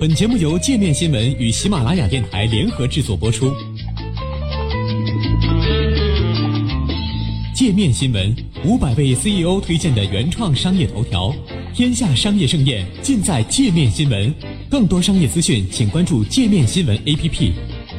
本节目由界面新闻与喜马拉雅电台联合制作播出。界面新闻500位 CEO 推荐的原创商业头条，天下商业盛宴尽在界面新闻。更多商业资讯，请关注界面新闻 APP。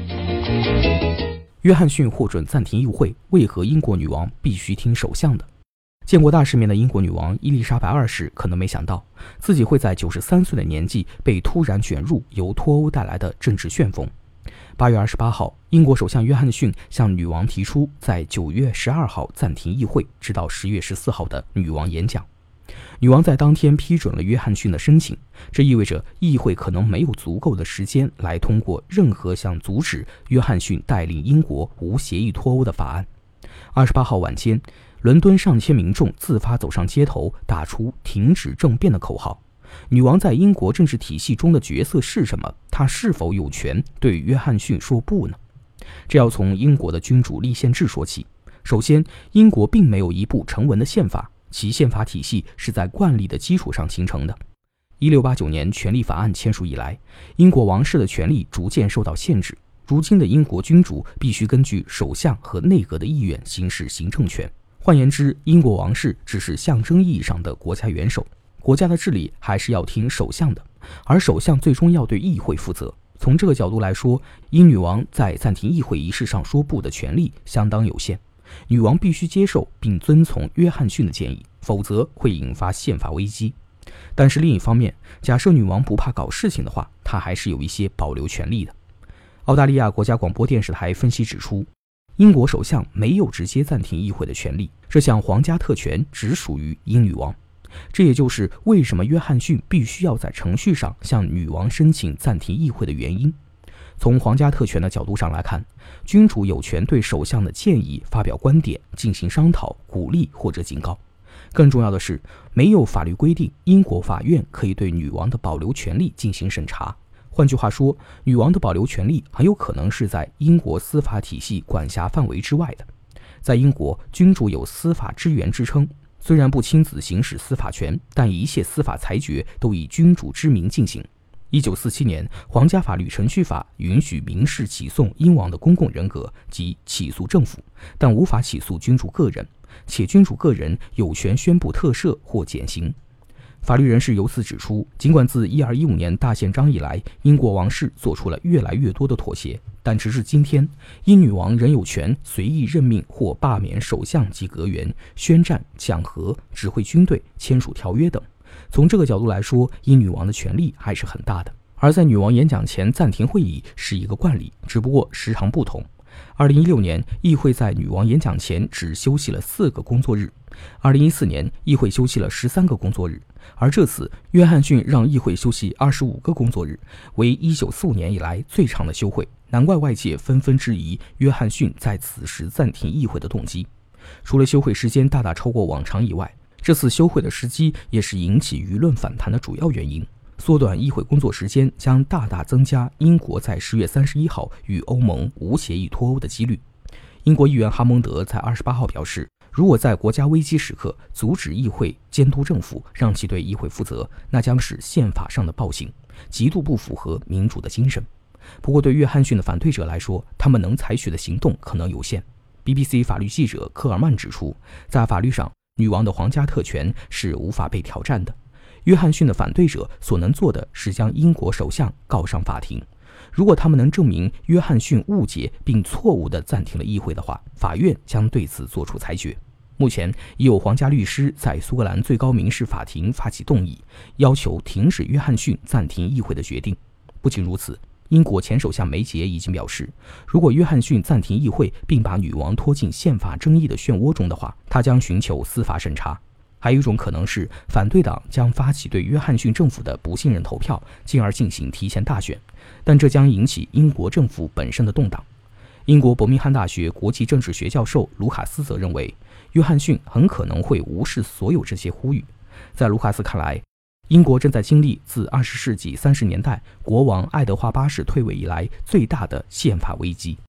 约翰逊获准暂停议会，为何英国女王必须听首相的？见过大世面的英国女王伊丽莎白二世可能没想到，自己会在93岁的年纪被突然卷入由脱欧带来的政治旋风。8月28号，英国首相约翰逊向女王提出在9月12号暂停议会，直到10月14号的女王演讲。女王在当天批准了约翰逊的申请，这意味着议会可能没有足够的时间来通过任何项阻止约翰逊带领英国无协议脱欧的法案。28号晚间，伦敦上千民众自发走上街头，打出停止政变的口号。女王在英国政治体系中的角色是什么？她是否有权对约翰逊说不呢？这要从英国的君主立宪制说起。首先，英国并没有一部成文的宪法，其宪法体系是在惯例的基础上形成的。1689年权利法案签署以来，英国王室的权力逐渐受到限制。如今的英国君主必须根据首相和内阁的意愿行使行政权。换言之，英国王室只是象征意义上的国家元首，国家的治理还是要听首相的，而首相最终要对议会负责。从这个角度来说，英女王在暂停议会仪式上说不的权利相当有限。女王必须接受并遵从约翰逊的建议，否则会引发宪法危机。但是另一方面，假设女王不怕搞事情的话，她还是有一些保留权利的。澳大利亚国家广播电视台分析指出，英国首相没有直接暂停议会的权利，这项皇家特权只属于英女王。这也就是为什么约翰逊必须要在程序上向女王申请暂停议会的原因。从皇家特权的角度上来看，君主有权对首相的建议发表观点，进行商讨、鼓励或者警告。更重要的是，没有法律规定英国法院可以对女王的保留权利进行审查。换句话说，女王的保留权利很有可能是在英国司法体系管辖范围之外的。在英国，君主有司法之源之称，虽然不亲自行使司法权，但一切司法裁决都以君主之名进行。1947年，皇家法律程序法允许民事起诉英王的公共人格及起诉政府，但无法起诉君主个人，且君主个人有权宣布特赦或减刑。法律人士由此指出，尽管自1215年大宪章以来，英国王室做出了越来越多的妥协，但直至今天，英女王仍有权随意任命或罢免首相及阁员，宣战、讲和、指挥军队、签署条约等。从这个角度来说，英女王的权力还是很大的。而在女王演讲前暂停会议是一个惯例，只不过时长不同。2016年，议会在女王演讲前只休息了4个工作日；2014年，议会休息了13个工作日。而这次，约翰逊让议会休息25个工作日，为1945年以来最长的休会。难怪外界纷纷质疑约翰逊在此时暂停议会的动机。除了休会时间大大超过往常以外，这次休会的时机也是引起舆论反弹的主要原因。缩短议会工作时间将大大增加英国在10月31号与欧盟无协议脱欧的几率。英国议员哈蒙德在28号表示，如果在国家危机时刻阻止议会监督政府，让其对议会负责，那将是宪法上的暴行，极度不符合民主的精神。不过对约翰逊的反对者来说，他们能采取的行动可能有限。BBC 法律记者科尔曼指出，在法律上，女王的皇家特权是无法被挑战的。约翰逊的反对者所能做的是将英国首相告上法庭。如果他们能证明约翰逊误解并错误地暂停了议会的话，法院将对此作出裁决。目前已有皇家律师在苏格兰最高民事法庭发起动议，要求停止约翰逊暂停议会的决定。不仅如此，英国前首相梅杰已经表示，如果约翰逊暂停议会并把女王拖进宪法争议的漩涡中的话，他将寻求司法审查。还有一种可能是，反对党将发起对约翰逊政府的不信任投票，进而进行提前大选，但这将引起英国政府本身的动荡。英国伯明翰大学国际政治学教授卢卡斯则认为，约翰逊很可能会无视所有这些呼吁。在卢卡斯看来，英国正在经历自20世纪30年代国王爱德华8世退位以来最大的宪法危机。